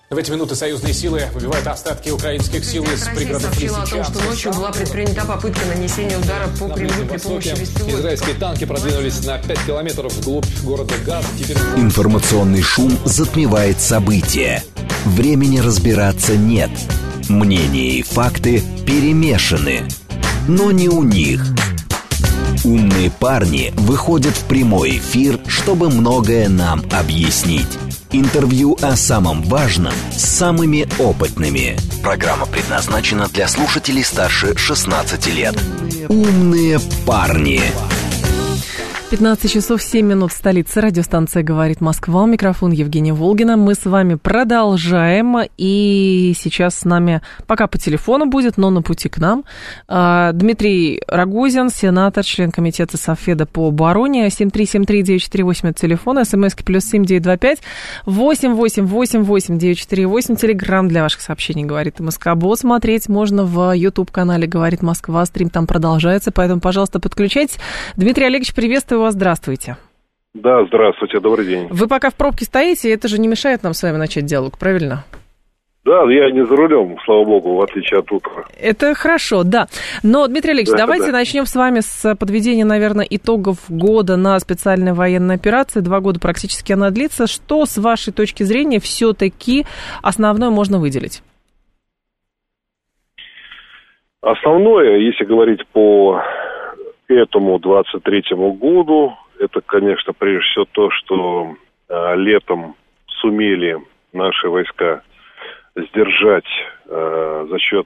В эти минуты союзные силы выбивают остатки украинских сил из пригородных сообщила о том, что ночью была предпринята попытка нанесения удара по Кремлю при помощи беспилотников. Израильские танки продвинулись на 5 километров вглубь города Газа. Информационный шум затмевает события. Времени разбираться нет. Мнения и факты перемешаны. Но не у них. Умные парни выходят в прямой эфир, чтобы многое нам объяснить. Интервью о самом важном с самыми опытными. Программа предназначена для слушателей старше 16 лет. Умные парни. 15 часов 7 минут в столице. Радиостанция «Говорит Москва». У микрофона Евгения Волгина. Мы с вами продолжаем. И сейчас с нами, пока по телефону будет, но на пути к нам, Дмитрий Рогозин, сенатор, член комитета Совфеда по обороне. 7373948 это телефон. СМСки +7 925 888 948. Телеграм для ваших сообщений «Говорит Москва-бот». Смотреть можно в YouTube-канале «Говорит Москва». Стрим там продолжается, поэтому, пожалуйста, подключайтесь. Дмитрий Олегович, приветствую вас, здравствуйте. Да, здравствуйте, добрый день. Вы пока в пробке стоите, это же не мешает нам с вами начать диалог, правильно? Да, я не за рулем, слава богу, в отличие от утра. Это хорошо, да. Но, Дмитрий Олегович, давайте начнем с вами с подведения, наверное, итогов года на специальной военной операции. 2 года практически она длится. Что, с вашей точки зрения, все-таки основное можно выделить? Основное, если говорить по этому 23-му году, это, конечно, прежде всего то, что летом сумели наши войска сдержать за счет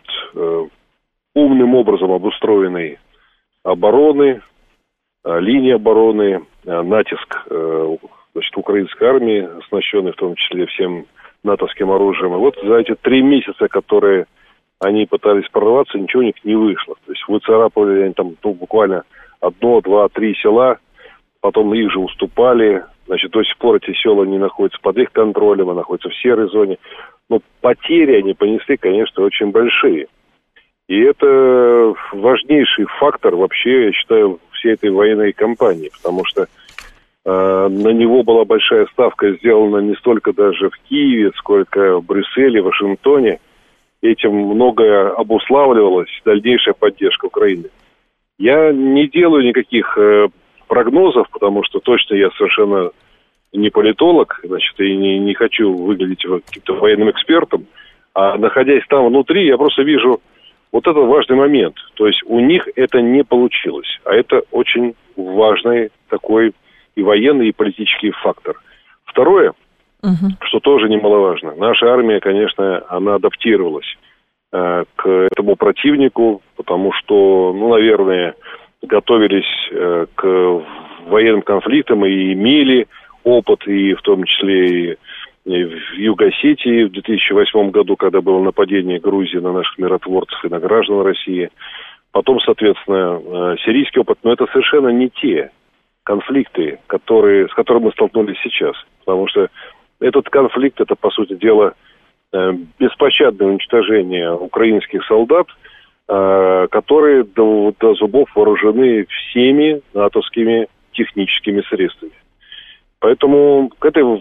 умным образом обустроенной обороны, линии обороны, натиск, значит, украинской армии, оснащенной в том числе всем натовским оружием. И вот за эти 3 месяца, которые они пытались прорваться, ничего у них не вышло. То есть выцарапывали они там буквально 1, 2, 3 села, потом их же уступали. Значит, до сих пор эти села не находятся под их контролем, а находятся в серой зоне. Но потери они понесли, конечно, очень большие. И это важнейший фактор вообще, я считаю, всей этой военной кампании, потому что на него была большая ставка сделана не столько даже в Киеве, сколько в Брюсселе, Вашингтоне. Этим многое обуславливалось, дальнейшая поддержка Украины. Я не делаю никаких прогнозов, потому что точно я совершенно не политолог, значит, и не хочу выглядеть каким-то военным экспертом, а находясь там внутри, я просто вижу вот этот важный момент. То есть у них это не получилось, а это очень важный такой и военный, и политический фактор. Второе, что тоже немаловажно. Наша армия, конечно, она адаптировалась к этому противнику, потому что, наверное, готовились к военным конфликтам и имели опыт, и в том числе и в Юго-Осетии в 2008 году, когда было нападение Грузии на наших миротворцев и на граждан России. Потом, соответственно, сирийский опыт. Но это совершенно не те конфликты, с которыми мы столкнулись сейчас. Потому что этот конфликт, это, по сути дела, беспощадное уничтожение украинских солдат, которые до зубов вооружены всеми натовскими техническими средствами. Поэтому к этому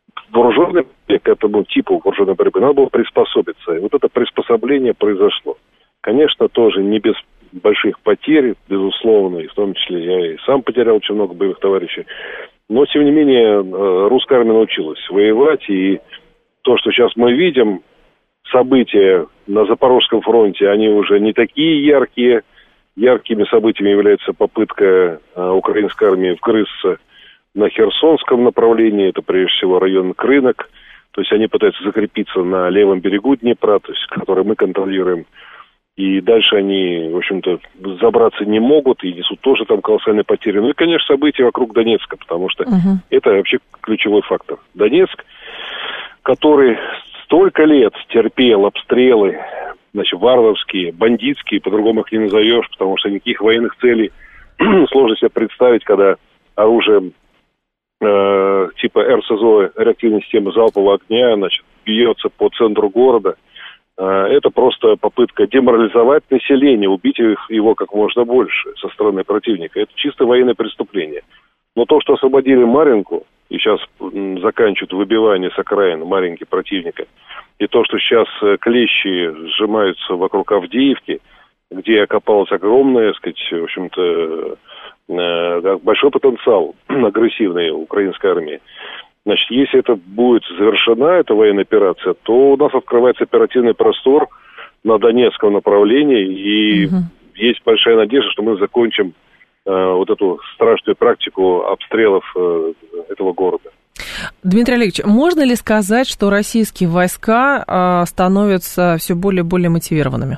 типу вооруженной борьбы надо было приспособиться. И вот это приспособление произошло. Конечно, тоже не без больших потерь, безусловно, и в том числе я и сам потерял очень много боевых товарищей. Но, тем не менее, русская армия научилась воевать, и то, что сейчас мы видим, события на Запорожском фронте, они уже не такие яркие. Яркими событиями является попытка украинской армии вгрызться на Херсонском направлении, это прежде всего район Крынок, то есть они пытаются закрепиться на левом берегу Днепра, то есть который мы контролируем. И дальше они, в общем-то, забраться не могут, и несут тоже там колоссальные потери. Ну и, конечно, события вокруг Донецка, потому что это вообще ключевой фактор. Донецк, который столько лет терпел обстрелы, значит, варварские, бандитские, по-другому их не назовешь, потому что никаких военных целей сложно себе представить, когда оружие типа РСЗО, реактивной системы залпового огня, значит, бьется по центру города. Это просто попытка деморализовать население, убить его как можно больше со стороны противника. Это чисто военное преступление. Но то, что освободили Марьинку, и сейчас заканчивают выбивание с окраин Марьинки противника, и то, что сейчас клещи сжимаются вокруг Авдеевки, где окопалась огромная, так сказать, в общем-то, большой потенциал агрессивной украинской армии. Значит, если это будет завершена, эта военная операция, то у нас открывается оперативный простор на Донецком направлении, и есть большая надежда, что мы закончим вот эту страшную практику обстрелов этого города. Дмитрий Олегович, можно ли сказать, что российские войска становятся все более и более мотивированными?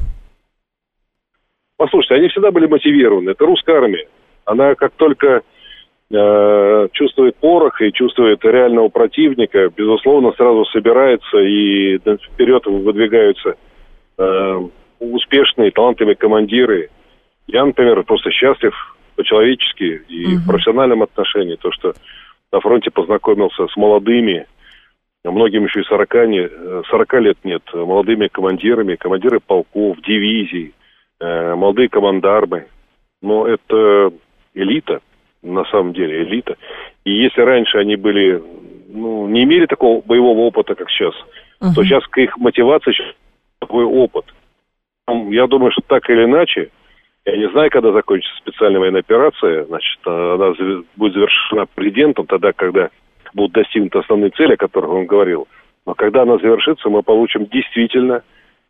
Послушайте, они всегда были мотивированы. Это русская армия. Она как только чувствует порох и чувствует реального противника, безусловно, сразу собирается и вперед выдвигаются успешные, талантливые командиры. Я, например, просто счастлив по-человечески и в профессиональном отношении, то, что на фронте познакомился с молодыми, многим еще и 40 лет нет, молодыми командирами, командиры полков, дивизий, молодые командармы. Но это элита, на самом деле элита. И если раньше они были, не имели такого боевого опыта, как сейчас, то сейчас к их мотивации такой опыт. Я думаю, что так или иначе, я не знаю, когда закончится специальная военная операция, значит, она будет завершена президентом тогда, когда будут достигнуты основные цели, о которых он говорил. Но когда она завершится, мы получим действительно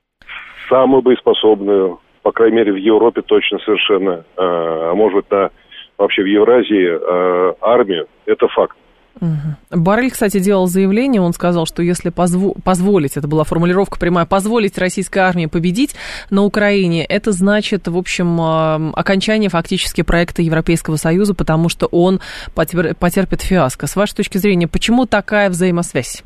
самую боеспособную, по крайней мере, в Европе точно совершенно, а может быть, вообще в Евразии армию. Это факт. Боррель, кстати, делал заявление, он сказал, что если позволить, это была формулировка прямая, позволить российской армии победить на Украине, это значит, в общем, окончание фактически проекта Европейского Союза, потому что он потерпит фиаско. С вашей точки зрения, почему такая взаимосвязь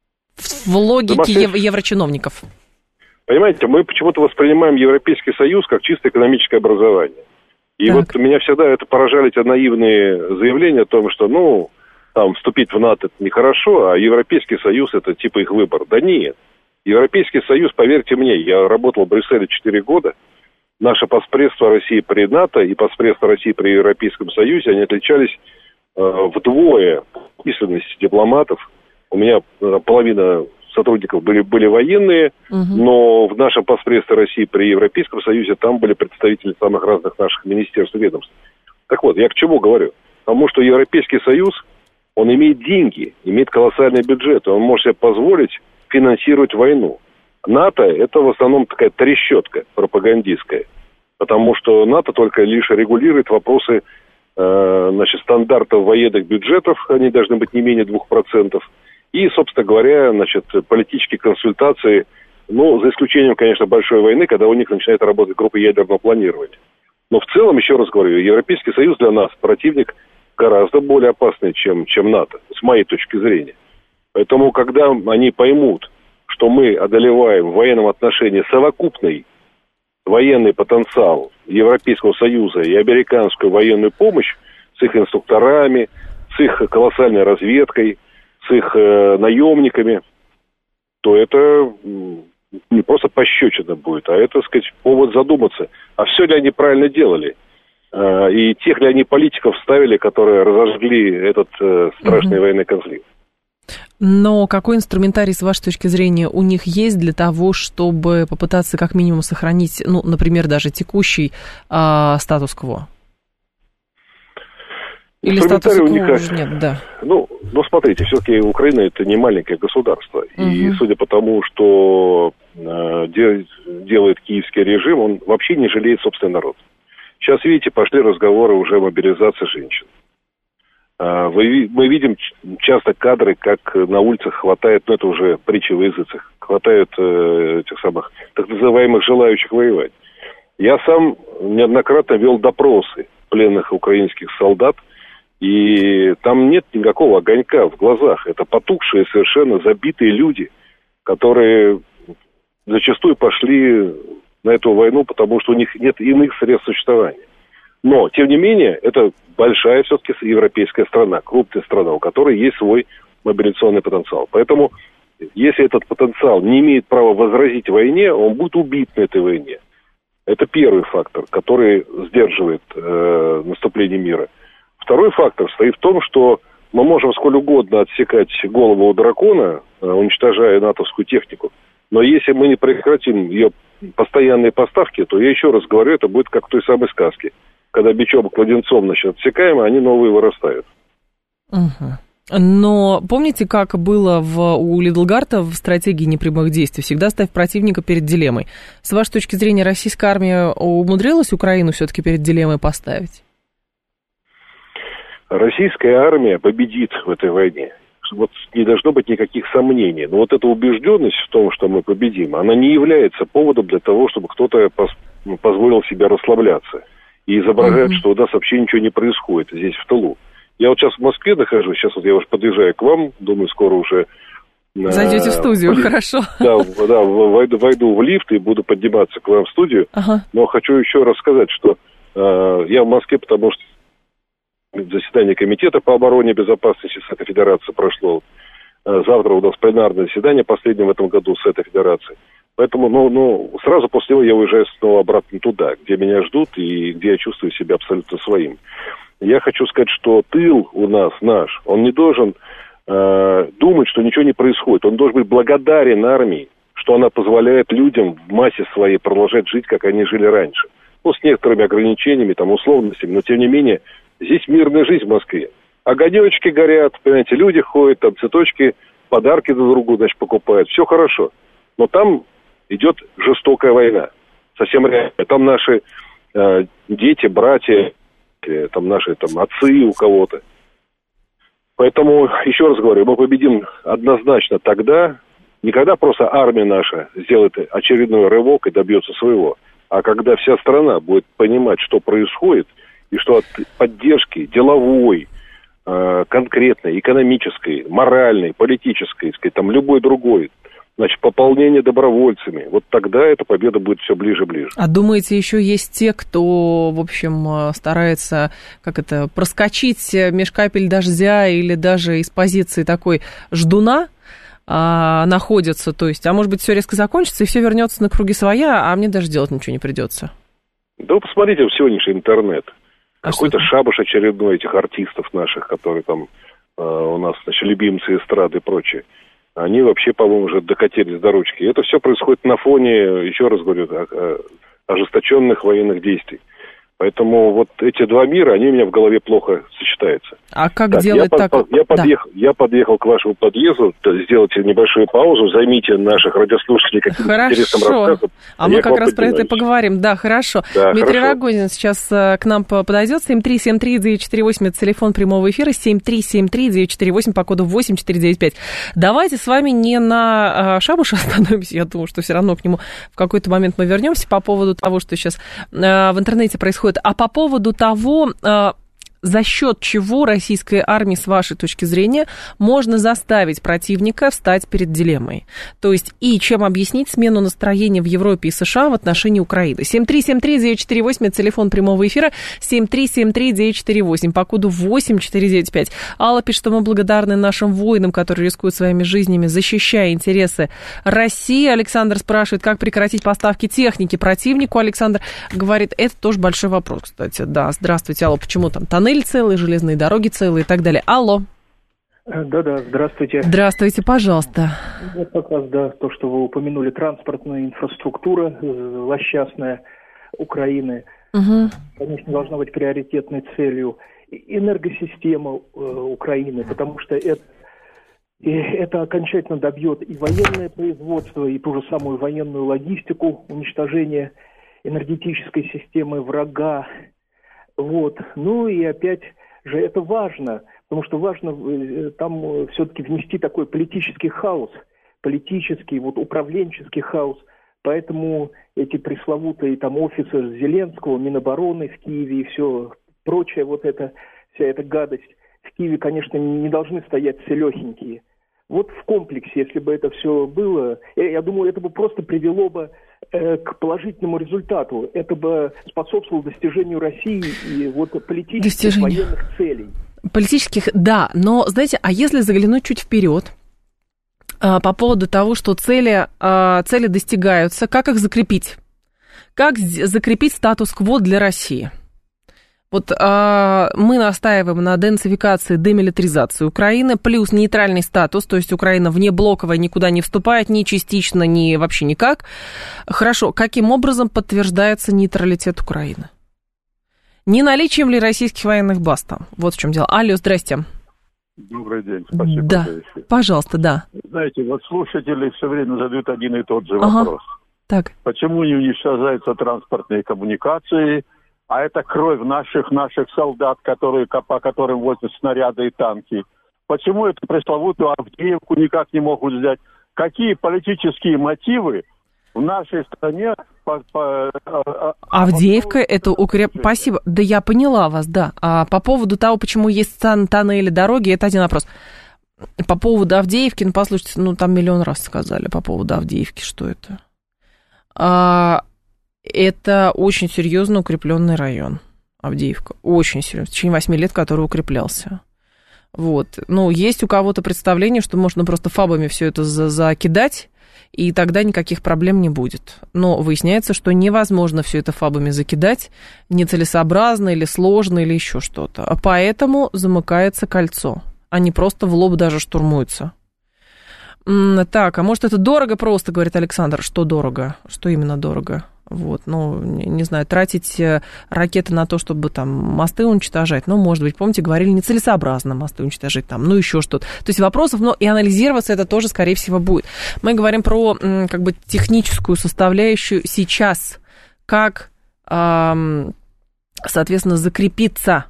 в логике еврочиновников? Понимаете, мы почему-то воспринимаем Европейский Союз как чисто экономическое образование. И вот меня всегда это поражали эти наивные заявления о том, что, там, вступить в НАТО это нехорошо, а Европейский Союз это типа их выбор. Да нет. Европейский Союз, поверьте мне, я работал в Брюсселе 4 года, наше поспредство России при НАТО и поспредство России при Европейском Союзе, они отличались вдвое по численности дипломатов. У меня половина сотрудников были военные, но в нашем поспредстве России при Европейском Союзе там были представители самых разных наших министерств и ведомств. Так вот, я к чему говорю? Потому что Европейский Союз, он имеет деньги, имеет колоссальный бюджет, он может себе позволить финансировать войну. НАТО – это в основном такая трещотка пропагандистская, потому что НАТО только лишь регулирует вопросы стандартов военных бюджетов, они должны быть не менее 2%, и, собственно говоря, политические консультации, за исключением, конечно, большой войны, когда у них начинает работать группа ядерного планирования. Но в целом, еще раз говорю, Европейский Союз для нас противник гораздо более опасный, чем НАТО, с моей точки зрения. Поэтому, когда они поймут, что мы одолеваем в военном отношении совокупный военный потенциал Европейского Союза и американскую военную помощь с их инструкторами, с их колоссальной разведкой, с их наемниками, то это не просто пощечина будет, а это, так сказать, повод задуматься, а все ли они правильно делали, и тех ли они политиков ставили, которые разожгли этот страшный военный конфликт. Но какой инструментарий, с вашей точки зрения, у них есть для того, чтобы попытаться как минимум сохранить, например, даже текущий статус-кво? Или статус-кво уже нет, да? Смотрите, все-таки Украина это не маленькое государство. И судя по тому, что делает киевский режим, он вообще не жалеет собственный народ. Сейчас, видите, пошли разговоры уже о мобилизации женщин. Мы видим часто кадры, как на улицах хватает, это уже притча в языцах, хватает этих самых так называемых желающих воевать. Я сам неоднократно вел допросы пленных украинских солдат, и там нет никакого огонька в глазах. Это потухшие, совершенно забитые люди, которые зачастую пошли на эту войну, потому что у них нет иных средств существования. Но, тем не менее, это большая все-таки европейская страна, крупная страна, у которой есть свой мобилизационный потенциал. Поэтому, если этот потенциал не имеет права возразить войне, он будет убит на этой войне. Это первый фактор, который сдерживает наступление мира. Второй фактор стоит в том, что мы можем сколь угодно отсекать голову у дракона, уничтожая натовскую технику, Но если мы не прекратим ее постоянные поставки, то, я еще раз говорю, это будет как в той самой сказке. Когда бичом кладенцом, отсекаем, они новые вырастают. Но помните, как было у Лидлгарта в стратегии непрямых действий? Всегда ставь противника перед дилеммой. С вашей точки зрения, российская армия умудрилась Украину все-таки перед дилеммой поставить? Российская армия победит в этой войне. Вот не должно быть никаких сомнений. Но вот эта убежденность в том, что мы победим, она не является поводом для того, чтобы кто-то позволил себе расслабляться и изображать, что у нас вообще ничего не происходит здесь, в тылу. Я вот сейчас в Москве нахожусь, сейчас вот я уже подъезжаю к вам, думаю, скоро уже... Зайдете в студию, хорошо. Да, войду в лифт и буду подниматься к вам в студию. Но хочу еще раз сказать, что я в Москве, потому что заседание комитета по обороне и безопасности с этой федерации прошло. Завтра у нас пленарное заседание, последнее в этом году с этой федерацией. Поэтому, сразу после него я уезжаю снова обратно туда, где меня ждут и где я чувствую себя абсолютно своим. Я хочу сказать, что тыл у нас наш, он не должен думать, что ничего не происходит. Он должен быть благодарен армии, что она позволяет людям в массе своей продолжать жить, как они жили раньше. С некоторыми ограничениями, условностями, но тем не менее, здесь мирная жизнь в Москве. Огонечки горят, понимаете, люди ходят, цветочки, подарки друг другу, покупают. Все хорошо. Но там идет жестокая война. Совсем реально. Там наши дети, братья, там наши отцы у кого-то. Поэтому, еще раз говорю, мы победим однозначно тогда, не когда просто армия наша сделает очередной рывок и добьется своего, а когда вся страна будет понимать, что происходит, и что от поддержки деловой, конкретной, экономической, моральной, политической, любой другой, пополнение добровольцами, вот тогда эта победа будет все ближе и ближе. А думаете, еще есть те, кто, в общем, старается, проскочить меж капель дождя или даже из позиции такой ждуна находятся, то есть, а может быть, все резко закончится и все вернется на круги своя, а мне даже делать ничего не придется? Да вы посмотрите в сегодняшний интернет. Какой-то шабаш очередной этих артистов наших, которые там у нас, любимцы эстрады и прочее. Они вообще, по-моему, уже докатились до ручки. И это все происходит на фоне, еще раз говорю, ожесточенных военных действий. Поэтому вот эти два мира, они у меня в голове плохо сочетаются. А как делать так? Я подъехал к вашему подъезду, сделайте небольшую паузу, займите наших радиослушателей каким-то интересным рассказом. А мы как раз про это и поговорим. Да, хорошо. Да, Дмитрий Рогозин сейчас к нам подойдет. 7373948, это телефон прямого эфира, 7373948 по коду 8495. Давайте с вами не на шабуше остановимся, я думаю, что все равно к нему в какой-то момент мы вернемся по поводу того, что сейчас в интернете происходит. А по поводу того, за счет чего российской армии, с вашей точки зрения, можно заставить противника встать перед дилеммой? То есть, и чем объяснить смену настроения в Европе и США в отношении Украины? 7373948, это телефон прямого эфира, 7373948, по коду 8495. Алла пишет, что мы благодарны нашим воинам, которые рискуют своими жизнями, защищая интересы России. Александр спрашивает, как прекратить поставки техники противнику. Александр говорит, это тоже большой вопрос, кстати. Да, здравствуйте, Алла, почему там тоннели целые, железные дороги целые и так далее. Алло. Да-да, здравствуйте. Здравствуйте, пожалуйста. Вот как раз, да, то, что вы упомянули, транспортная инфраструктура злосчастная Украины, конечно, должна быть приоритетной целью. Энергосистема Украины, потому что это окончательно добьет и военное производство, и ту же самую военную логистику, уничтожение энергетической системы врага. Вот. Ну и опять же это важно, потому что важно там все-таки внести такой политический хаос, управленческий хаос. Поэтому эти пресловутые там офисы Зеленского, Минобороны в Киеве и все прочее, вся эта гадость в Киеве, конечно, не должны стоять все легенькие. Вот в комплексе, если бы это все было, я думаю, это бы просто привело бы к положительному результату. Это бы способствовало достижению России и политических военных целей. Политических, да, но, знаете, а если заглянуть чуть вперед, по поводу того, что цели достигаются, как их закрепить? Как закрепить статус-кво для России? Вот мы настаиваем на денацификации, демилитаризации Украины, плюс нейтральный статус, то есть Украина внеблоковая, никуда не вступает, ни частично, ни вообще никак. Хорошо, каким образом подтверждается нейтралитет Украины? Не наличием ли российских военных баз там? Вот в чем дело. Алло, здрасте. Добрый день, спасибо. Да, пожалуйста, да. Знаете, вот слушатели все время задают один и тот же вопрос. Так. Почему не уничтожаются транспортные коммуникации? А это кровь наших солдат, по которым возят снаряды и танки. Почему эту пресловутую Авдеевку никак не могут взять? Какие политические мотивы в нашей стране? Авдеевка, это Спасибо. Да, я поняла вас, да. А по поводу того, почему есть тоннели, дороги, это один вопрос. По поводу Авдеевки, послушайте, там миллион раз сказали по поводу Авдеевки, что это. Это очень серьезно укрепленный район, Авдеевка. Очень серьезно. В течение 8 лет, который укреплялся. Вот. Есть у кого-то представление, что можно просто фабами все это закидать, и тогда никаких проблем не будет. Но выясняется, что невозможно все это фабами закидать, нецелесообразно или сложно, или еще что-то. А поэтому замыкается кольцо. Они просто в лоб даже штурмуются. Так, а может это дорого просто, говорит Александр. Что дорого? Что именно дорого? Вот, не знаю, тратить ракеты на то, чтобы там мосты уничтожать, может быть, помните, говорили, нецелесообразно мосты уничтожить там, еще что-то. То есть вопросов, и анализироваться это тоже, скорее всего, будет. Мы говорим про, техническую составляющую сейчас, как, соответственно, закрепиться,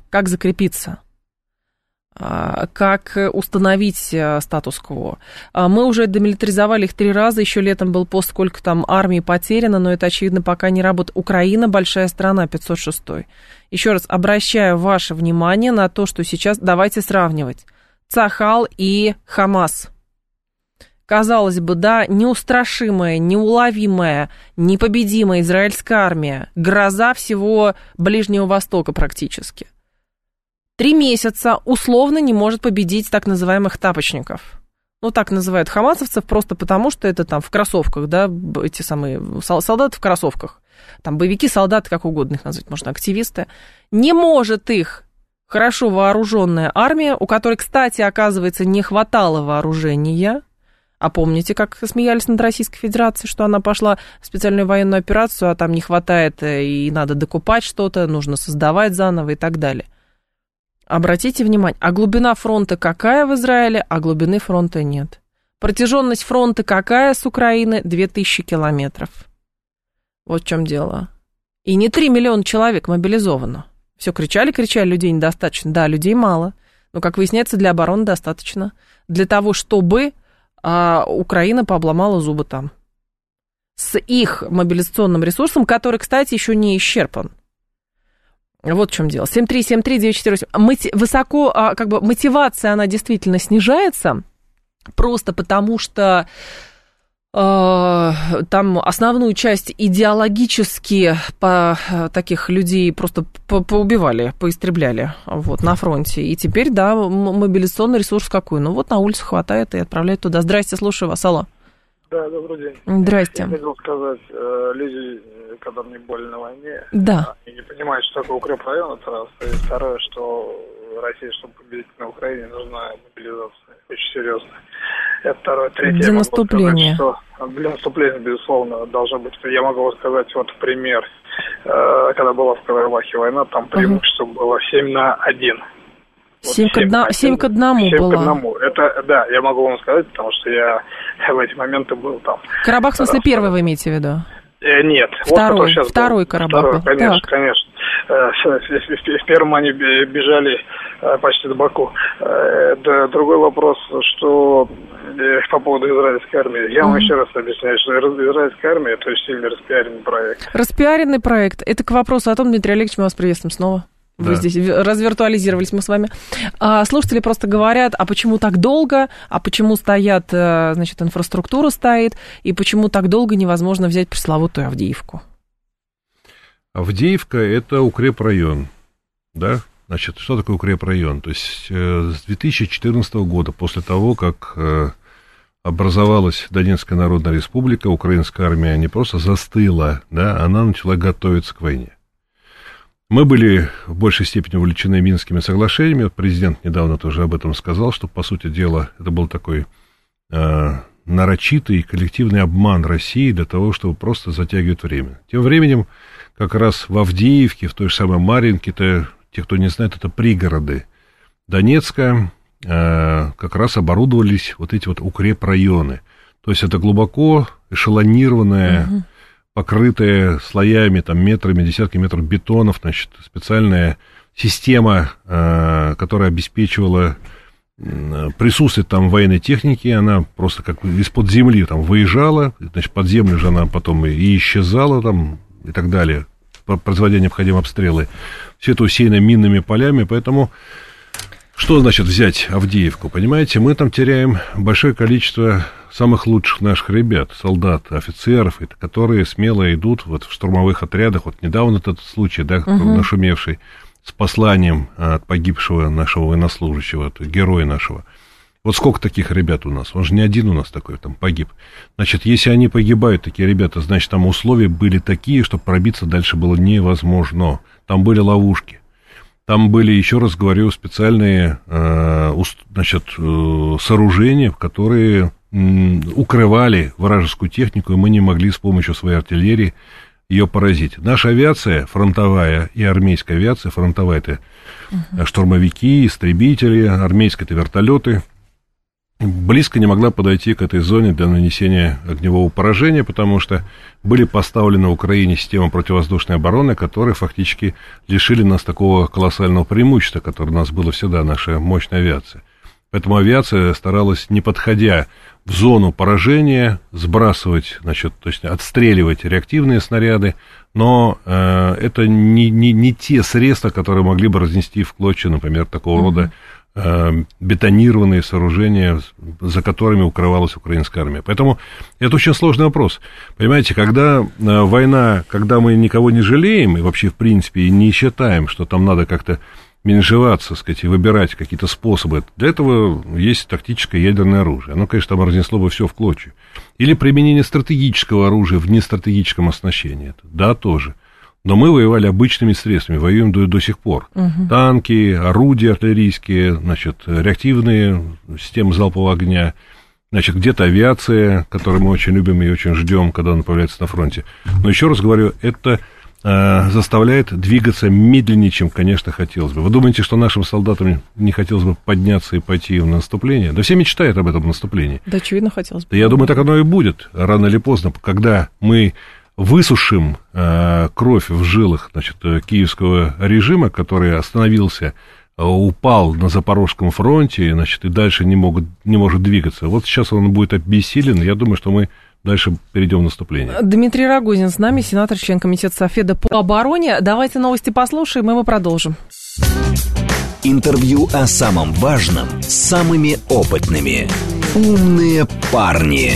как установить статус-кво. Мы уже демилитаризовали их 3 раза, еще летом был пост, сколько там армии потеряно, но это, очевидно, пока не работает. Украина большая страна, 506-й. Еще раз обращаю ваше внимание на то, что сейчас давайте сравнивать Цахал и Хамас. Казалось бы, да, неустрашимая, неуловимая, непобедимая израильская армия, гроза всего Ближнего Востока практически. 3 месяца условно не может победить так называемых тапочников. Так называют хамасовцев просто потому, что это там в кроссовках, да, эти самые солдаты в кроссовках. Там боевики, солдаты, как угодно их назвать, можно активисты. Не может их хорошо вооруженная армия, у которой, кстати, оказывается, не хватало вооружения. А помните, как смеялись над Российской Федерацией, что она пошла в специальную военную операцию, а там не хватает и надо докупать что-то, нужно создавать заново и так далее. Обратите внимание, а глубина фронта какая в Израиле, а глубины фронта нет. Протяженность фронта какая с Украины? 2000 километров. Вот в чем дело. И не 3 миллиона человек мобилизовано. Все кричали, людей недостаточно. Да, людей мало. Но, как выясняется, для обороны достаточно. Для того, чтобы Украина пообломала зубы там. С их мобилизационным ресурсом, который, кстати, еще не исчерпан. Вот в чем дело. 7373948. Высоко, мотивация, она действительно снижается, просто потому что там основную часть идеологически таких людей просто поубивали, поистребляли на фронте. И теперь, да, мобилизационный ресурс какой? На улице хватает и отправляют туда. Здрасте, слушаю вас. Алло. Да, добрый день. Здрасте. Я хотел сказать, люди, которые не были на войне, да, и не понимают, что такое укрепрайон, это раз. И второе, что Россия, чтобы победить на Украине, нужна мобилизация очень серьезная. Это второе. Третье, для наступления. Для наступления, безусловно, должно быть. Я могу сказать, пример, когда была в Карабахе война, там преимущество было 7-1. 7 к 1 была. 7 к 1. Это, да, я могу вам сказать, потому что я в эти моменты был там. Карабах, в смысле, первый вы имеете в виду? Нет. Второй Карабах. Конечно. В первом они бежали почти до Баку. Другой вопрос, что по поводу израильской армии. Я вам еще раз объясняю, что израильская армия – это очень сильно распиаренный проект. Распиаренный проект. Это к вопросу о том, Дмитрий Олегович, мы вас приветствуем снова. Вы здесь развиртуализировались мы с вами. Слушатели просто говорят, а почему так долго, а почему стоят, инфраструктура стоит, и почему так долго невозможно взять пресловутую Авдеевку? Авдеевка – это укрепрайон, да? Значит, что такое укрепрайон? То есть с 2014 года, после того, как образовалась Донецкая Народная Республика, украинская армия не просто застыла, да, она начала готовиться к войне. Мы были в большей степени увлечены Минскими соглашениями. Президент недавно тоже об этом сказал, что, по сути дела, это был такой нарочитый коллективный обман России для того, чтобы просто затягивать время. Тем временем, как раз в Авдеевке, в той же самой Марьинке, те, кто не знает, это пригороды Донецка, как раз оборудовались вот эти вот укрепрайоны. То есть это глубоко эшелонированная, покрытая слоями, там, метрами, десятки метров бетонов, значит, специальная система, которая обеспечивала присутствие там военной техники, она просто как из-под земли там выезжала, значит, под землю же она потом и исчезала там и так далее, производя необходимые обстрелы. Все это усеяно минными полями, поэтому что значит взять Авдеевку, понимаете? Мы там теряем большое количество самых лучших наших ребят, солдат, офицеров, которые смело идут вот в штурмовых отрядах. Вот недавно этот случай, да, нашумевший, с посланием от погибшего нашего военнослужащего, героя нашего. Вот сколько таких ребят у нас? Он же не один у нас такой там погиб. Значит, если они погибают, такие ребята, значит, там условия были такие, что пробиться дальше было невозможно. Там были ловушки. Там были, еще раз говорю, специальные, значит, сооружения, которые укрывали вражескую технику, и мы не могли с помощью своей артиллерии ее поразить. Наша авиация, фронтовая и армейская авиация, фронтовая — это штурмовики, истребители, армейская — это вертолеты, близко не могла подойти к этой зоне для нанесения огневого поражения, потому что были поставлены в Украине системы противовоздушной обороны, которые фактически лишили нас такого колоссального преимущества, которое у нас было всегда, наша мощная авиация. Поэтому авиация старалась, не подходя в зону поражения, сбрасывать, значит, то есть отстреливать реактивные снаряды, но это не те средства, которые могли бы разнести в клочья, например, такого рода бетонированные сооружения, за которыми укрывалась украинская армия. Поэтому это очень сложный вопрос. Понимаете, когда война, когда мы никого не жалеем, и вообще, в принципе, и не считаем, что там надо как-то меньшеваться, так сказать, и выбирать какие-то способы, для этого есть тактическое ядерное оружие. Оно, конечно, там разнесло бы все в клочья. Или применение стратегического оружия в нестратегическом оснащении. Да, тоже. Но мы воевали обычными средствами, воюем до сих пор. Танки, орудия артиллерийские, значит, реактивные системы залпового огня, значит, где-то авиация, которую мы очень любим и очень ждем, когда она появляется на фронте. Но еще раз говорю, это заставляет двигаться медленнее, чем, конечно, хотелось бы. Вы думаете, что нашим солдатам не хотелось бы подняться и пойти на наступление? Да все мечтают об этом наступлении. Да, очевидно, хотелось бы. Да, я думаю, так оно и будет, рано или поздно, когда мы высушим кровь в жилах, значит, киевского режима, который остановился, упал на Запорожском фронте, значит, и дальше не может двигаться. Вот сейчас он будет обессилен, я думаю, что мы дальше перейдем в наступление. Дмитрий Рогозин с нами, сенатор, член комитета Совфеда по обороне. Давайте новости послушаем, и мы продолжим. Интервью о самом важном с самыми опытными. Умные парни.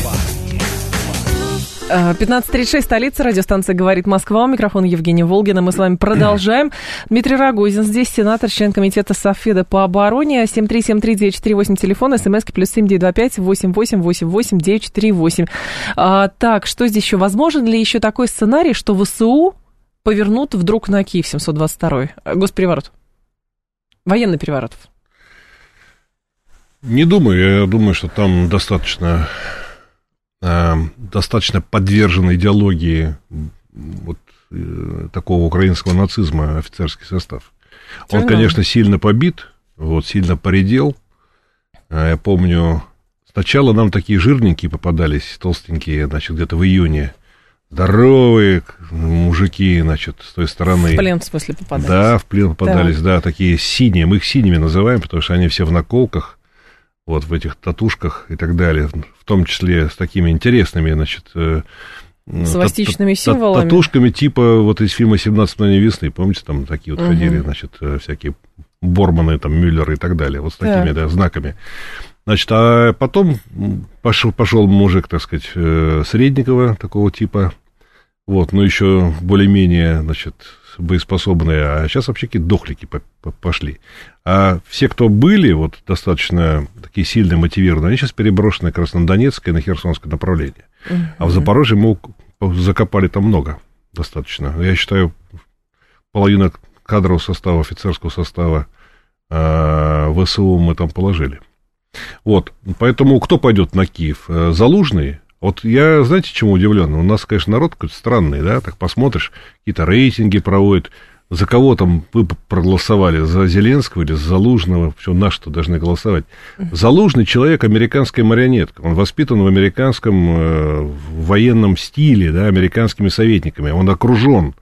15:36, столица, радиостанция «Говорит Москва», у микрофона Евгения Волгина. Мы с вами продолжаем. Дмитрий Рогозин здесь, сенатор, член комитета Совфеда по обороне. 7373948, телефон, смски +7 925 8888 948. Так, что здесь еще? Возможен ли еще такой сценарий, что ВСУ повернут вдруг на Киев 722-й? Госпереворот. Военный переворот. Не думаю. Я думаю, что там достаточно подвержен идеологии вот такого украинского нацизма офицерский состав. Он, конечно, сильно побит, вот, сильно поредел. Я помню, сначала нам такие жирненькие попадались, толстенькие, значит, где-то в июне. Здоровые мужики, значит, с той стороны. В плен, в смысле, попадались? Да, в плен попадались, да, такие синие. Мы их синими называем, потому что они все в наколках. Вот в этих татушках и так далее, в том числе с такими интересными, значит, свастичными символами. Татушками типа вот из фильма «17 мгновений весны», помните, там такие вот ходили, значит, всякие Борманы, там, Мюллеры и так далее, вот с такими, да, знаками. Значит, а потом пошел мужик, так сказать, среднего такого типа, вот, но еще более-менее, значит, боеспособные, а сейчас вообще какие-то дохлики пошли. А все, кто были вот достаточно такие сильно мотивированные, они сейчас переброшены как раз на Донецкое и на Херсонское направление. А в Запорожье мы закопали там много достаточно. Я считаю, половина кадрового состава, офицерского состава ВСУ мы там положили. Вот, поэтому кто пойдет на Киев? Залужный? Вот я, знаете, чему удивлен? У нас, конечно, народ какой-то странный, да, так посмотришь, какие-то рейтинги проводят. За кого там вы проголосовали? За Зеленского или за Залужного? Все, наши-то должны голосовать. Залужный человек, американская марионетка. Он воспитан в американском военном стиле, да, американскими советниками. Он окружен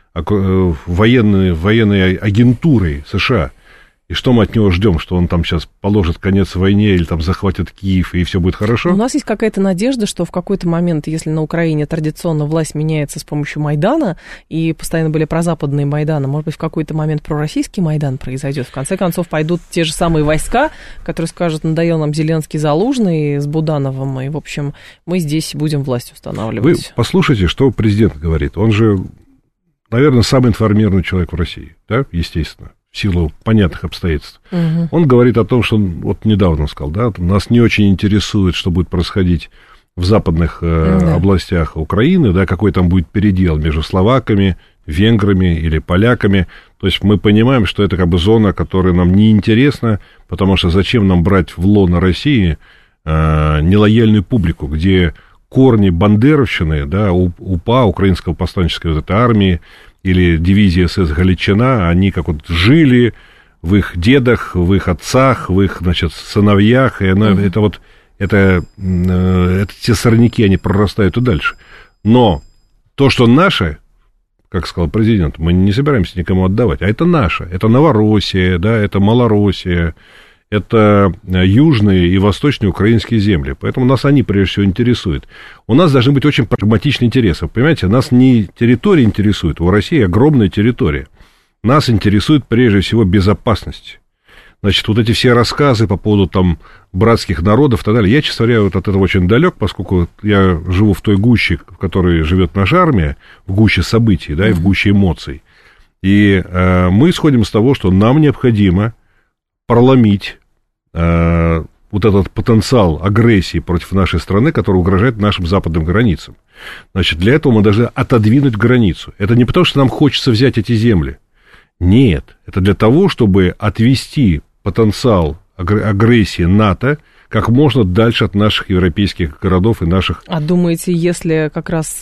военной агентурой США. И что мы от него ждем, что он там сейчас положит конец войне или там захватит Киев, и все будет хорошо? У нас есть какая-то надежда, что в какой-то момент, если на Украине традиционно власть меняется с помощью Майдана, и постоянно были прозападные Майданы, может быть, в какой-то момент пророссийский Майдан произойдет. В конце концов, пойдут те же самые войска, которые скажут, надоел нам Зеленский, Залужный с Будановым, и, в общем, мы здесь будем власть устанавливать. Вы послушайте, что президент говорит. Он же, наверное, самый информированный человек в России, да, естественно. В силу понятных обстоятельств. Угу. Он говорит о том, что, вот недавно он сказал, да, нас не очень интересует, что будет происходить в западных областях Украины, да, какой там будет передел между словаками, венграми или поляками. То есть мы понимаем, что это как бы зона, которая нам не интересна, потому что зачем нам брать в лоно России нелояльную публику, где корни бандеровщины, да, УПА, Украинского повстанческой вот этой армии, или дивизия СС «Галичина», они как вот жили в их дедах, в их отцах, в их, значит, сыновьях, и это те сорняки, они прорастают и дальше. Но то, что наше, как сказал президент, мы не собираемся никому отдавать, а это наше, это Новороссия, да, это Малороссия, это южные и восточные украинские земли. Поэтому нас они, прежде всего, интересуют. У нас должны быть очень прагматичные интересы. Понимаете, нас не территория интересует, у России огромная территория. Нас интересует, прежде всего, безопасность. Значит, вот эти все рассказы по поводу там братских народов и так далее, я, честно говоря, вот от этого очень далек, поскольку я живу в той гуще, в которой живет наша армия, в гуще событий, да, и в гуще эмоций. И мы исходим из того, что нам необходимо проломить вот этот потенциал агрессии против нашей страны, который угрожает нашим западным границам. Значит, для этого мы должны отодвинуть границу. Это не потому, что нам хочется взять эти земли. Нет, это для того, чтобы отвести потенциал агрессии НАТО как можно дальше от наших европейских городов и наших... А думаете, если как раз,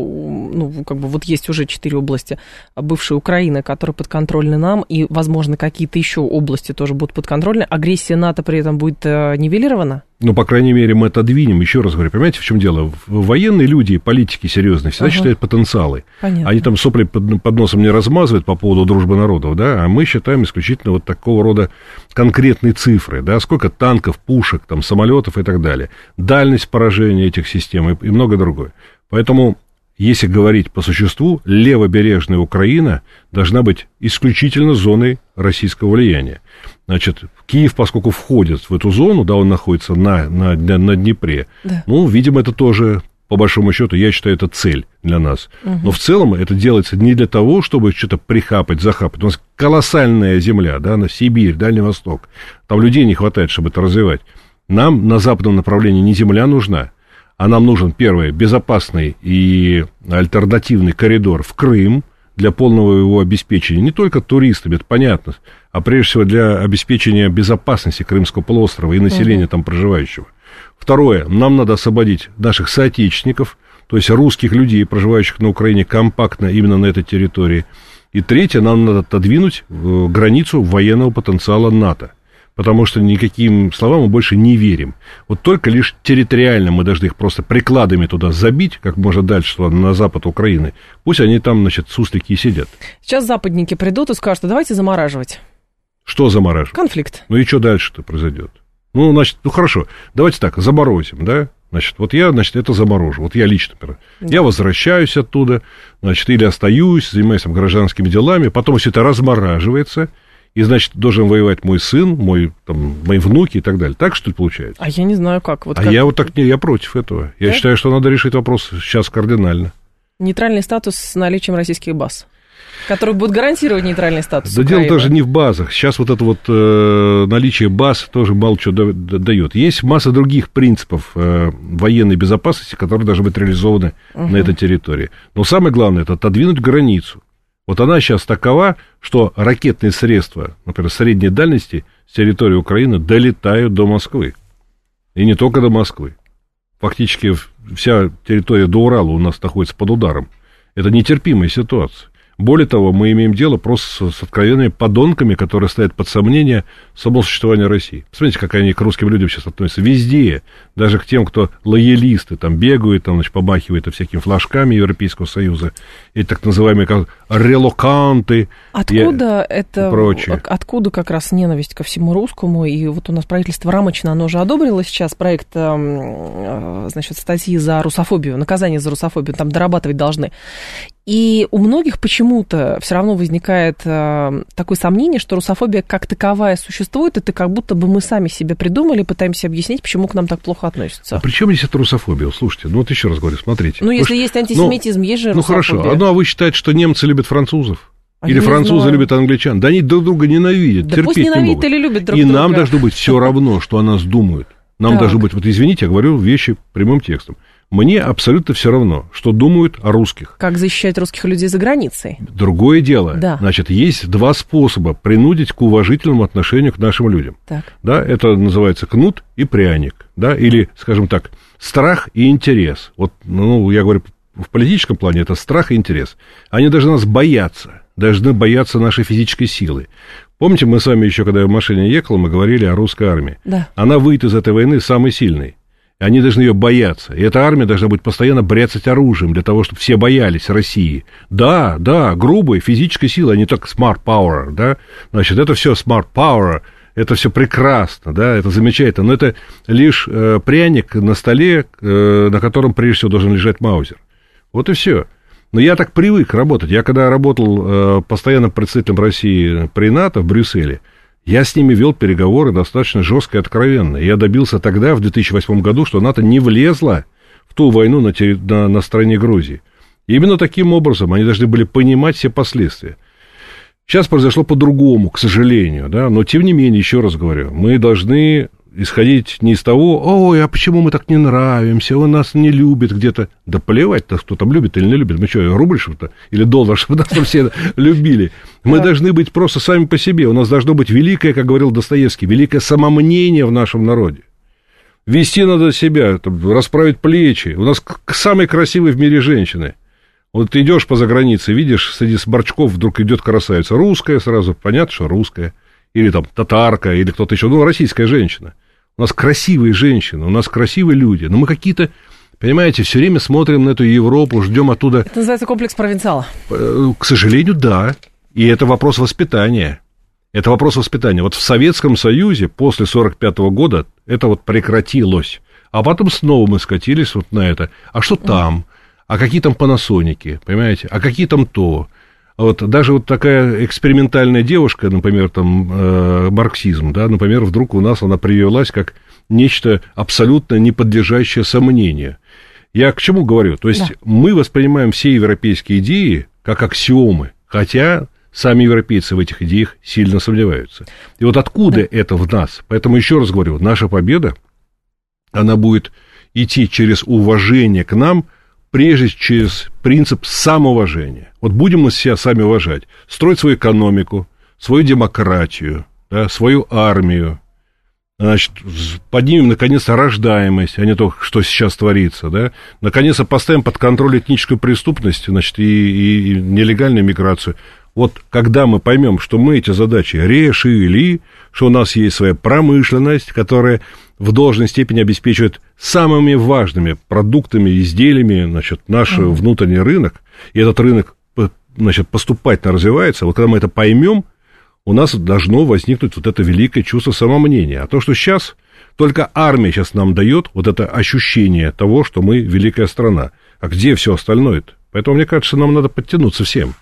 ну, как бы вот есть уже 4 области бывшей Украины, которые подконтрольны нам, и, возможно, какие-то еще области тоже будут подконтрольны, агрессия НАТО при этом будет нивелирована? Ну, по крайней мере, мы отодвинем. Еще раз говорю, понимаете, в чем дело? Военные люди и политики серьезные всегда считают потенциалы. Понятно. Они там сопли под носом не размазывают по поводу дружбы народов, да, а мы считаем исключительно вот такого рода конкретные цифры, да, сколько танков, пушек, там, самолетов и так далее, дальность поражения этих систем и многое другое. Поэтому, если говорить по существу, левобережная Украина должна быть исключительно зоной российского влияния. Значит, Киев, поскольку входит в эту зону, да, он находится на Днепре, да. Ну, видимо, это тоже, по большому счету, я считаю, это цель для нас. Угу. Но в целом это делается не для того, чтобы что-то прихапать, захапать. У нас колоссальная земля, да, на Сибирь, Дальний Восток. Там людей не хватает, чтобы это развивать. Нам на западном направлении не земля нужна, а нам нужен, первое, безопасный и альтернативный коридор в Крым для полного его обеспечения. Не только туристами, это понятно, а прежде всего для обеспечения безопасности Крымского полуострова и населения там проживающего. Второе, нам надо освободить наших соотечественников, то есть русских людей, проживающих на Украине компактно именно на этой территории. И третье, нам надо отодвинуть границу военного потенциала НАТО. Потому что никаким словам мы больше не верим. Вот только лишь территориально мы должны их просто прикладами туда забить, как можно дальше на запад Украины. Пусть они там, значит, суслики и сидят. Сейчас западники придут и скажут, давайте замораживать. Что замораживать? Конфликт. Ну и что дальше-то произойдет? Ну, значит, ну хорошо, давайте так, заморозим, да? Значит, вот я, значит, это заморожу. Вот я лично, например, я возвращаюсь оттуда, значит, или остаюсь, занимаюсь там гражданскими делами, потом все это размораживается, и, значит, должен воевать мой сын, мои внуки и так далее. Так, что ли, получается? А я не знаю, как. Вот как... я вот так не, я против этого. Я считаю, что надо решить вопрос сейчас кардинально. Нейтральный статус с наличием российских баз, которые будут гарантировать нейтральный статус. Да дело даже не в базах. Сейчас вот это вот наличие баз тоже мало чего дает. Есть масса других принципов военной безопасности, которые должны быть реализованы на этой территории. Но самое главное, это отодвинуть границу. Вот она сейчас такова, что ракетные средства, например, средней дальности с территории Украины долетают до Москвы. И не только до Москвы. Фактически вся территория до Урала у нас находится под ударом. Это нетерпимая ситуация. Более того, мы имеем дело просто с откровенными подонками, которые ставят под сомнение само существование России. Посмотрите, как они к русским людям сейчас относятся. Везде, даже к тем, кто лоялисты, там бегают, там, значит, помахивают всякими флажками Европейского Союза, и так называемые как релоканты. Откуда это, прочее. Откуда как раз ненависть ко всему русскому? И вот у нас правительство рамочно, оно же одобрило сейчас проект, значит, статьи за русофобию, наказание за русофобию, там дорабатывать должны. И у многих почему-то все равно возникает такое сомнение, что русофобия как таковая существует, это как будто бы мы сами себе придумали, пытаемся объяснить, почему к нам так плохо относятся. А при чем здесь эта русофобия? Слушайте, ну вот еще раз говорю, смотрите. Ну, если есть антисемитизм, есть же русофобия. Ну, хорошо. А вы считаете, что немцы любят французов? Или французы любят англичан? Да они друг друга ненавидят, да терпеть пусть ненавидят не могут. или любят друг друга. И нам должно быть все равно, что о нас думают. Нам должно быть, вот извините, я говорю вещи прямым текстом. Мне абсолютно все равно, что думают о русских. Как защищать русских людей за границей? Другое дело. Да. Значит, есть два способа принудить к уважительному отношению к нашим людям. Так. Да, это называется кнут и пряник. Да, или, скажем так, страх и интерес. Вот, ну, я говорю, в политическом плане это страх и интерес. Они должны нас бояться, должны бояться нашей физической силы. Помните, мы с вами еще, когда я в машине ехал, мы говорили о русской армии. Да. Она выйдет из этой войны самой сильной. Они должны ее бояться. И эта армия должна быть постоянно бряцать оружием для того, чтобы все боялись России. Да, грубая физическая сила, а не только smart power, да. Значит, это все smart power, это все прекрасно, да, это замечательно. Но это лишь пряник на столе, на котором, прежде всего, должен лежать маузер. Вот и все. Но я так привык работать. Я когда работал постоянным представителем России при НАТО в Брюсселе, я с ними вел переговоры достаточно жестко и откровенно. Я добился тогда, в 2008 году, что НАТО не влезла в ту войну на стороне Грузии. И именно таким образом они должны были понимать все последствия. Сейчас произошло по-другому, к сожалению, да, но тем не менее, еще раз говорю, мы должны исходить не из того, ой, а почему мы так не нравимся, он нас не любит где-то. Да плевать-то, кто там любит или не любит. Мы что, рубль что-то? Или доллар, чтобы нас там все любили? Мы должны быть просто сами по себе. У нас должно быть великое, как говорил Достоевский, великое самомнение в нашем народе. Вести надо себя, расправить плечи. У нас самые красивые в мире женщины. Вот ты идешь по загранице, видишь, среди барчков вдруг идет красавица. Русская сразу, понятно, что русская. Или там татарка, или кто-то еще. Ну, российская женщина. У нас красивые женщины, у нас красивые люди. Но мы какие-то, понимаете, все время смотрим на эту Европу, ждем оттуда... Это называется комплекс провинциала. К сожалению, да. И это вопрос воспитания. Это вопрос воспитания. Вот в Советском Союзе после 1945 года это вот прекратилось. А потом снова мы скатились вот на это. А что там? А какие там панасоники, понимаете? А какие там то? Вот даже вот такая экспериментальная девушка, например, там, марксизм, да, например, вдруг у нас она привелась как нечто абсолютно не подлежащее сомнению. Я к чему говорю? То есть мы воспринимаем все европейские идеи как аксиомы, хотя сами европейцы в этих идеях сильно сомневаются. И вот откуда это в нас? Поэтому еще раз говорю, наша победа, она будет идти через уважение к нам, прежде через принцип самоуважения. Вот будем мы себя сами уважать, строить свою экономику, свою демократию, да, свою армию, значит, поднимем, наконец-то, рождаемость, а не то, что сейчас творится, да, наконец-то поставим под контроль этническую преступность, значит, и нелегальную миграцию. Вот когда мы поймем, что мы эти задачи решили, что у нас есть своя промышленность, которая в должной степени обеспечивает самыми важными продуктами, изделиями, значит, наш внутренний рынок, и этот рынок, значит, поступательно развивается, вот когда мы это поймем, у нас должно возникнуть вот это великое чувство самомнения. А то, что сейчас только армия сейчас нам дает вот это ощущение того, что мы великая страна. А где все остальное-то? Поэтому, мне кажется, нам надо подтянуться всем.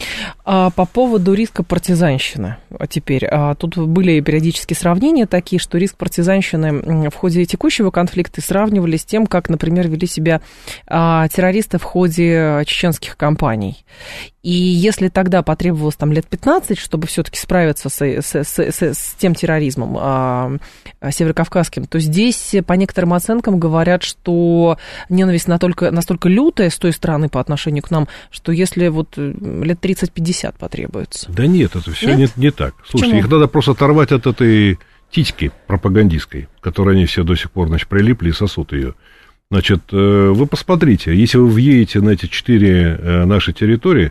По поводу риска партизанщины теперь. Тут были периодически сравнения такие, что риск партизанщины в ходе текущего конфликта сравнивали с тем, как, например, вели себя террористы в ходе чеченских кампаний. И если тогда потребовалось там лет 15, чтобы все-таки справиться с тем терроризмом северокавказским, то здесь по некоторым оценкам говорят, что ненависть настолько лютая с той стороны по отношению к нам, что если вот лет 30-50 потребуется. Да нет, это все не так. Слушайте, их надо просто оторвать от этой титьки пропагандистской, которой они все до сих пор, значит, прилипли и сосут ее. Значит, вы посмотрите, если вы въедете на эти 4 наши территории,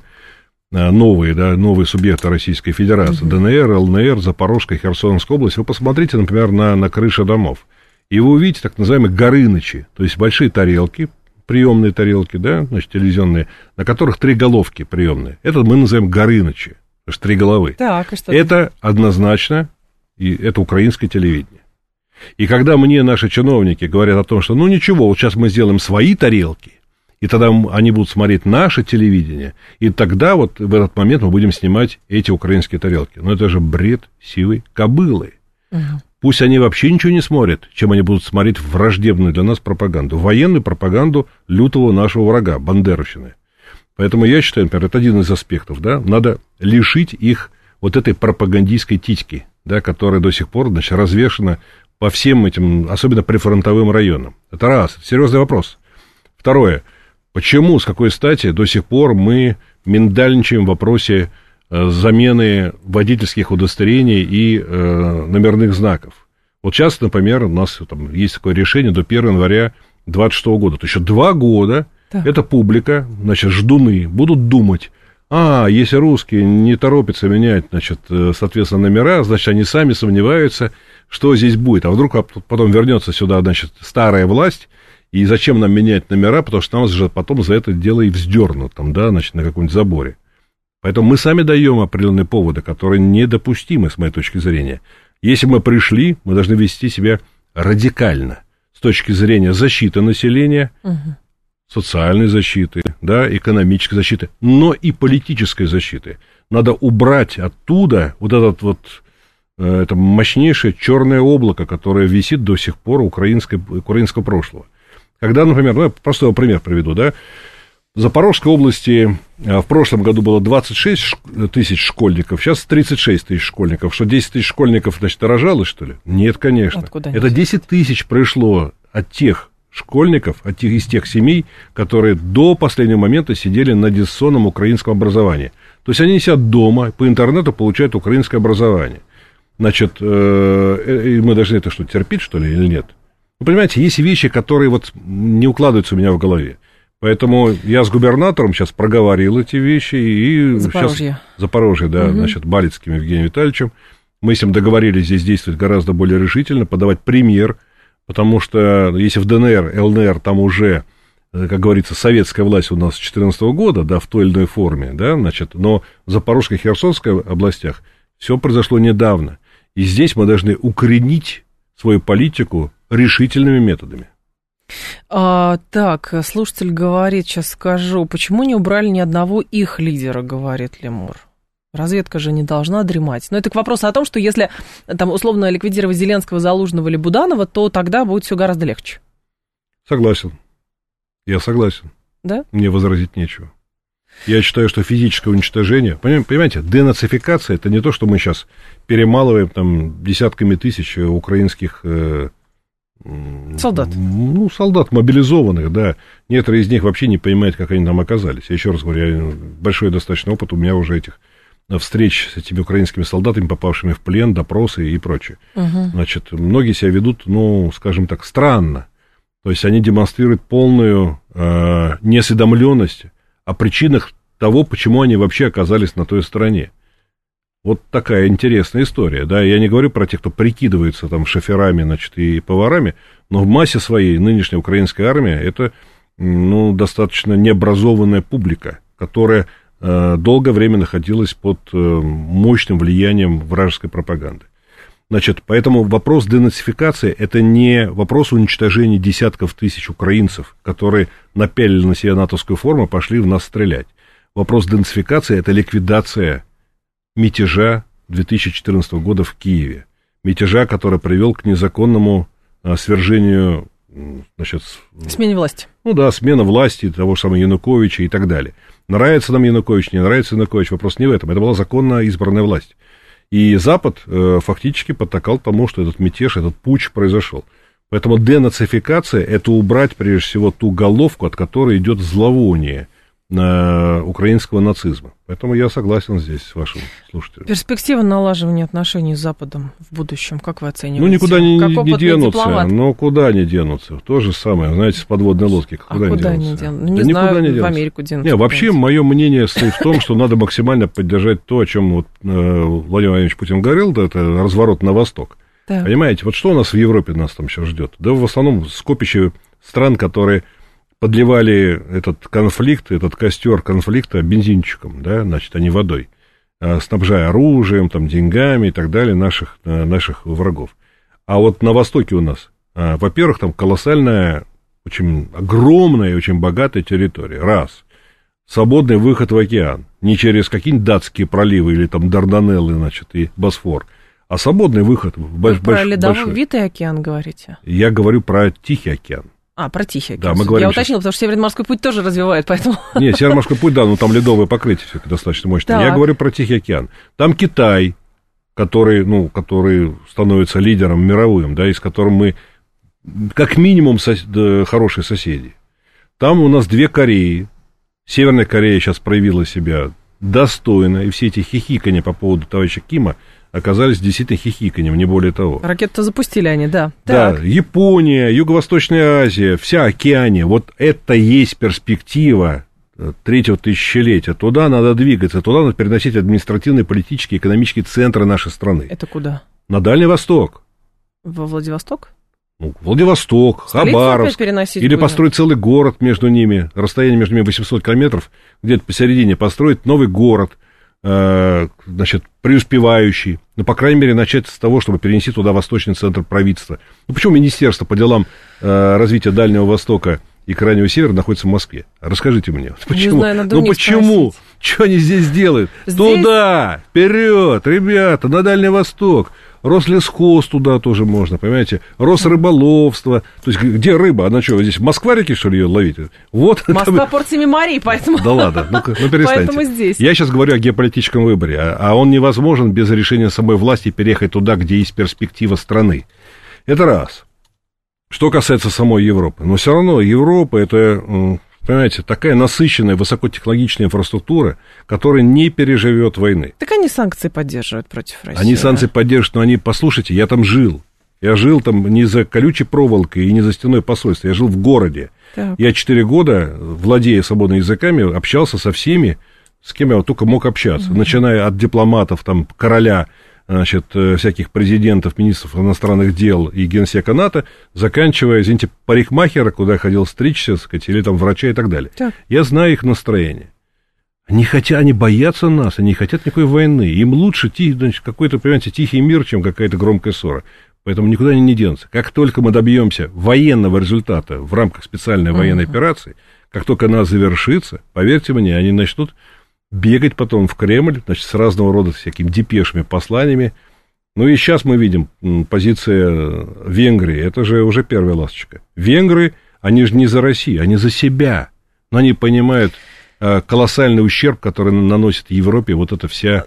новые субъекты Российской Федерации, ДНР, ЛНР, Запорожская, Херсонская область, вы посмотрите, например, на крыши домов, и вы увидите так называемые горынычи, то есть большие тарелки, приемные тарелки, да, значит, телевизионные, на которых 3 головки приемные. Это мы называем горынычи, потому что 3 головы. Так, и что это однозначно, и это украинское телевидение. И когда мне наши чиновники говорят о том, что, ну, ничего, вот сейчас мы сделаем свои тарелки, и тогда они будут смотреть наше телевидение, и тогда вот в этот момент мы будем снимать эти украинские тарелки. Но это же бред сивой кобылы. Пусть они вообще ничего не смотрят, чем они будут смотреть враждебную для нас пропаганду, военную пропаганду лютого нашего врага, бандеровщины. Поэтому я считаю, например, это один из аспектов, да, надо лишить их вот этой пропагандистской титьки, да, которая до сих пор, значит, развешена по всем этим, особенно прифронтовым районам. Это раз, это серьезный вопрос. Второе. Почему, с какой стати до сих пор мы миндальничаем в вопросе замены водительских удостоверений и номерных знаков? Вот сейчас, например, у нас там есть такое решение до 1 января 2026 года. То есть еще 2 года эта публика, значит, ждуны, будут думать, если русские не торопятся менять, значит, соответственно, номера, значит, они сами сомневаются, что здесь будет. А вдруг потом вернется сюда, значит, старая власть, и зачем нам менять номера, потому что нас же потом за это дело и вздернут, там, да, значит, на каком-нибудь заборе. Поэтому мы сами даем определенные поводы, которые недопустимы, с моей точки зрения. Если мы пришли, мы должны вести себя радикально, с точки зрения защиты населения, социальной защиты, да, экономической защиты, но и политической защиты. Надо убрать оттуда вот этот вот это мощнейшее черное облако, которое висит до сих пор украинского прошлого. Когда, например, я простой пример приведу, да, в Запорожской области в прошлом году было 26 тысяч школьников, сейчас 36 тысяч школьников. Что, 10 тысяч школьников, значит, дорожалось, что ли? Нет, конечно. Это 10 тысяч пришло от тех школьников, из тех семей, которые до последнего момента сидели на дистанционном украинском образовании. То есть они сидят дома, по интернету получают украинское образование. Значит, мы должны это что, терпеть, что ли, или нет? Вы понимаете, есть вещи, которые вот не укладываются у меня в голове. Поэтому я с губернатором сейчас проговорил эти вещи. И Запорожье, да, значит, Балицким Евгением Витальевичем. Мы с ним договорились здесь действовать гораздо более решительно, подавать пример, потому что если в ДНР, ЛНР там уже, как говорится, советская власть у нас с 2014 года, да, в той или иной форме, да, значит, но в Запорожской и Херсонской областях все произошло недавно. И здесь мы должны укоренить свою политику решительными методами. Так, слушатель говорит, сейчас скажу, почему не убрали ни одного их лидера, говорит Лемур. Разведка же не должна дремать. Но это к вопросу о том, что если там условно ликвидировать Зеленского, Залужного или Буданова, то тогда будет все гораздо легче. Согласен. Я согласен. Да? Мне возразить нечего. Я считаю, что физическое уничтожение... Понимаете, денацификация — это не то, что мы сейчас перемалываем там десятками тысяч украинских... солдат. Ну, солдат мобилизованных, да. Некоторые из них вообще не понимают, как они там оказались. Я еще раз говорю, большой достаточно опыт у меня уже этих встреч с этими украинскими солдатами, попавшими в плен, допросы и прочее. Значит, многие себя ведут, ну, скажем так, странно. То есть они демонстрируют полную неосведомленность о причинах того, почему они вообще оказались на той стороне. Вот такая интересная история, да, я не говорю про тех, кто прикидывается там шоферами, значит, и поварами, но в массе своей нынешняя украинская армия — это, ну, достаточно необразованная публика, которая долгое время находилась под мощным влиянием вражеской пропаганды. Значит, поэтому вопрос денацификации — это не вопрос уничтожения десятков тысяч украинцев, которые напялили на себя натовскую форму, пошли в нас стрелять. Вопрос денацификации — это ликвидация мятежа 2014 года в Киеве. Мятежа, который привел к незаконному свержению значит... Смене власти. Ну да, смена власти того же самого Януковича и так далее. Нравится нам Янукович, не нравится Янукович, вопрос не в этом. Это была законно избранная власть. И Запад фактически подтакал тому, что этот мятеж, этот путч произошел. Поэтому денацификация – это убрать, прежде всего, ту головку, от которой идет зловоние украинского нацизма. Поэтому я согласен здесь с вашим слушателем. Перспектива налаживания отношений с Западом в будущем, как вы оцениваете? Ну, никуда не денутся. Ну, куда не денутся? То же самое, знаете, с подводной лодки. Куда не денутся? Ну, не знаю, в Америку денутся. Не, вообще, мое мнение стоит в том, что надо максимально поддержать то, о чем вот Владимир Владимирович Путин говорил, да, это разворот на восток. Так. Понимаете, вот что у нас в Европе нас там сейчас ждет? Да, в основном скопище стран, которые подливали этот конфликт, этот костер конфликта бензинчиком, да, значит, а не водой, снабжая оружием, там, деньгами и так далее наших врагов. А вот на Востоке у нас, во-первых, там колоссальная, очень огромная и очень богатая территория. Раз. Свободный выход в океан. Не через какие-нибудь датские проливы или там Дарданеллы, значит, и Босфор, а свободный выход в большой. Про ледовитый океан говорите? Я говорю про Тихий океан. Про Тихий Да, океан. мы говорим я уточнила, потому что Северный морской путь тоже развивает, поэтому... Нет, Северный морской путь, да, но там ледовое покрытие все-таки достаточно мощное. Так. Я говорю про Тихий океан. Там Китай, который становится лидером мировым, да, и с которым мы как минимум хорошие соседи. Там у нас две Кореи. Северная Корея сейчас проявила себя достойно, и все эти хихикания по поводу товарища Кима оказались действительно хихиканьем, не более того. Ракеты-то запустили они, да. Да, так. Япония, Юго-Восточная Азия, вся Океания, вот это есть перспектива третьего тысячелетия. Туда надо двигаться, туда надо переносить административные, политические, экономические центры нашей страны. Это куда? На Дальний Восток. Во Владивосток? Владивосток, Хабаровск, или будем построить целый город между ними, расстояние между ними 800 километров, где-то посередине построить новый город, значит, преуспевающий, по крайней мере, начать с того, чтобы перенести туда восточный центр правительства. Почему Министерство по делам развития Дальнего Востока и Крайнего Севера находится в Москве? Расскажите мне. Почему? Не знаю, почему? Спросить. Что они здесь делают? Здесь... Туда, вперед, ребята, на Дальний Восток. Рослесхоз туда тоже можно, понимаете? Росрыболовство. То есть, где рыба? Она что, здесь в Москва-реке, что ли, ее ловить? Вот Москва порциями морей, поэтому... Да ладно, ну перестаньте. Поэтому здесь. Я сейчас говорю о геополитическом выборе, а он невозможен без решения самой власти переехать туда, где есть перспектива страны. Это раз. Что касается самой Европы. Но все равно Европа, это, понимаете, такая насыщенная, высокотехнологичная инфраструктура, которая не переживет войны. Так они санкции поддерживают против России. Они санкции поддерживают, но они, послушайте, я там жил. Я жил там не за колючей проволокой и не за стеной посольства, я жил в городе. Так. Я 4 года, владея свободными языками, общался со всеми, с кем я вот только мог общаться, начиная от дипломатов, там, короля, значит, всяких президентов, министров иностранных дел и генсека НАТО, заканчивая, извините, парикмахера, куда я ходил стричься, так сказать, или там врача и так далее. Так. Я знаю их настроение. Они боятся нас, они не хотят никакой войны. Им лучше какой-то, понимаете, тихий мир, чем какая-то громкая ссора. Поэтому никуда они не денутся. Как только мы добьемся военного результата в рамках специальной военной операции, как только она завершится, поверьте мне, они начнут бегать потом в Кремль, значит, с разного рода всякими депешами, посланиями. Ну и сейчас мы видим позиция Венгрии, это же уже первая ласточка. Венгры, они же не за Россию, они за себя. Но они понимают колоссальный ущерб, который наносит Европе вот эта вся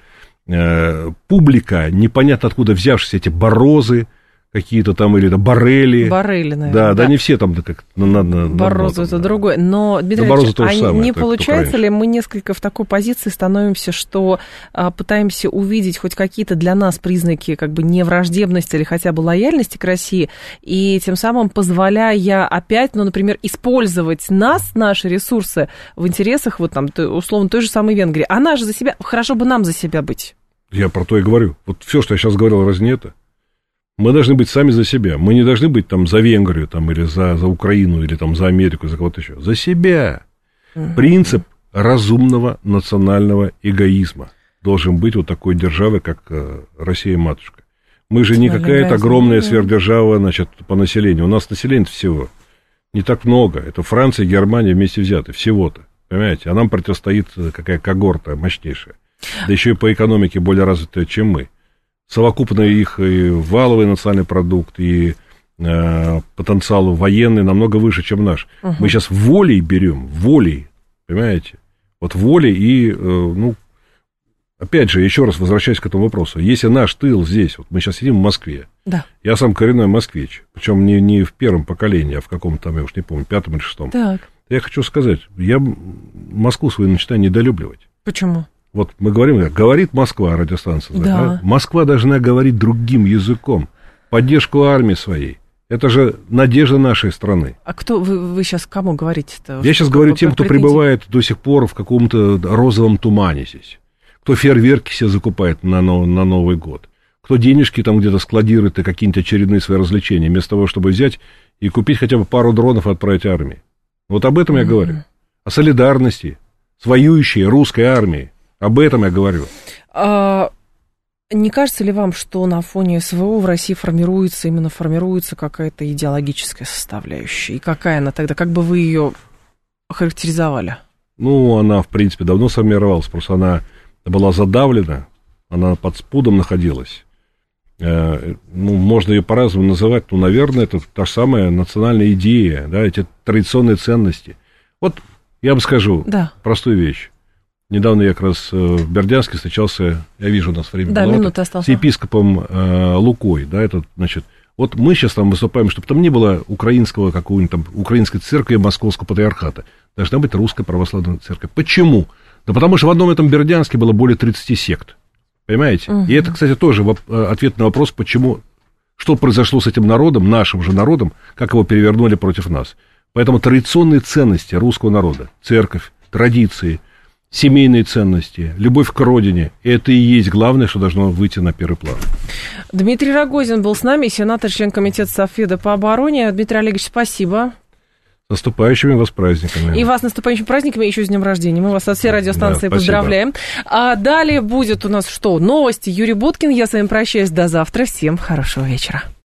публика, непонятно откуда взявшиеся эти Барозы, какие-то там, или это Боррелли. Боррелли, наверное. Да, не все там как Борозу это другое. Но, Дмитрий Ильич, не получается ли мы несколько в такой позиции становимся, что пытаемся увидеть хоть какие-то для нас признаки как бы невраждебности или хотя бы лояльности к России, и тем самым позволяя опять, например, использовать нас, наши ресурсы в интересах, вот там, условно, той же самой Венгрии. Она же за себя, хорошо бы нам за себя быть. Я про то и говорю. Вот все, что я сейчас говорил, разве не это? Мы должны быть сами за себя. Мы не должны быть там за Венгрию, там, или за Украину, или там за Америку, за кого-то еще. За себя. Принцип разумного национального эгоизма должен быть у такой державы, как Россия-матушка. Мы же не какая-то огромная сверхдержава, значит, по населению. У нас население всего не так много. Это Франция и Германия вместе взяты. Всего-то. Понимаете? А нам противостоит какая когорта мощнейшая. Да еще и по экономике более развитая, чем мы. Совокупно их и валовый национальный продукт, и потенциал военный намного выше, чем наш. Мы сейчас волей берем, волей, понимаете? Вот волей и, опять же, еще раз возвращаясь к этому вопросу. Если наш тыл здесь, вот мы сейчас сидим в Москве, да. Я сам коренной москвич, причем не в первом поколении, а в каком-то там, я уж не помню, 5-м или 6-м. Так. Я хочу сказать, я Москву свою начинаю недолюбливать. Почему? Вот мы говорим, говорит Москва, радиостанция. Да. Москва должна говорить другим языком. Поддержку армии своей. Это же надежда нашей страны. А кто вы сейчас кому говорите-то? Я сейчас говорю тем, кто пребывает до сих пор в каком-то розовом тумане здесь. Кто фейерверки себе закупает на Новый год. Кто денежки там где-то складирует и какие-нибудь очередные свои развлечения, вместо того, чтобы взять и купить хотя бы пару дронов и отправить армии. Вот об этом я говорю. О солидарности с воюющей русской армией. Об этом я говорю. Не кажется ли вам, что на фоне СВО в России формируется какая-то идеологическая составляющая? И какая она тогда? Как бы вы ее охарактеризовали? Она, в принципе, давно сформировалась. Просто она была задавлена, она под спудом находилась. Можно ее по-разному называть. Наверное, это та самая национальная идея, да, эти традиционные ценности. Вот я вам скажу простую вещь. Недавно я как раз в Бердянске встречался, я вижу, у нас время было, с епископом Лукой, да, это, значит, вот мы сейчас там выступаем, чтобы там не было украинского какого-нибудь там, украинской церкви Московского патриархата, должна быть русская православная церковь. Почему? Да потому что в одном этом Бердянске было более 30 сект, понимаете? И это, кстати, тоже ответ на вопрос, почему, что произошло с этим народом, нашим же народом, как его перевернули против нас. Поэтому традиционные ценности русского народа, церковь, традиции, семейные ценности, любовь к родине, это и есть главное, что должно выйти на первый план. Дмитрий Рогозин был с нами, сенатор, член комитета Совфеда по обороне. Дмитрий Олегович, спасибо. С наступающими вас праздниками. И вас с наступающими праздниками, еще с днем рождения. Мы вас от всей радиостанции поздравляем. А далее будет у нас что? Новости. Юрий Буткин. Я с вами прощаюсь до завтра. Всем хорошего вечера.